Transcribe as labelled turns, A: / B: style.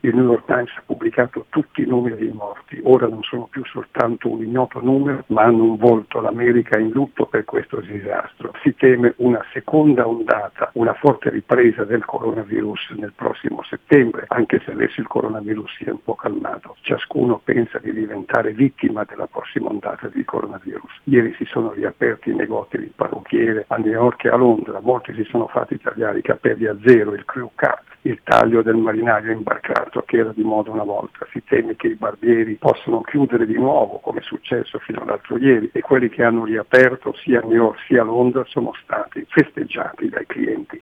A: Il New York Times ha pubblicato tutti i numeri dei morti, ora non sono più soltanto un ignoto numero, ma hanno un volto. L'America è in lutto per questo disastro. Si teme una seconda ondata, una forte ripresa del coronavirus nel prossimo settembre, anche se adesso il coronavirus si è un po' calmato. Ciascuno pensa di diventare vittima della prossima ondata di coronavirus. Ieri si sono riaperti i negozi di parrucchiere a New York e a Londra, molti si sono fatti tagliare i capelli a zero, il crew cut, il taglio del marinaio imbarcato che era di moda una volta. Si teme che i barbieri possano chiudere di nuovo, come è successo fino all'altro ieri, e quelli che hanno riaperto sia a New York sia a Londra sono stati festeggiati dai clienti.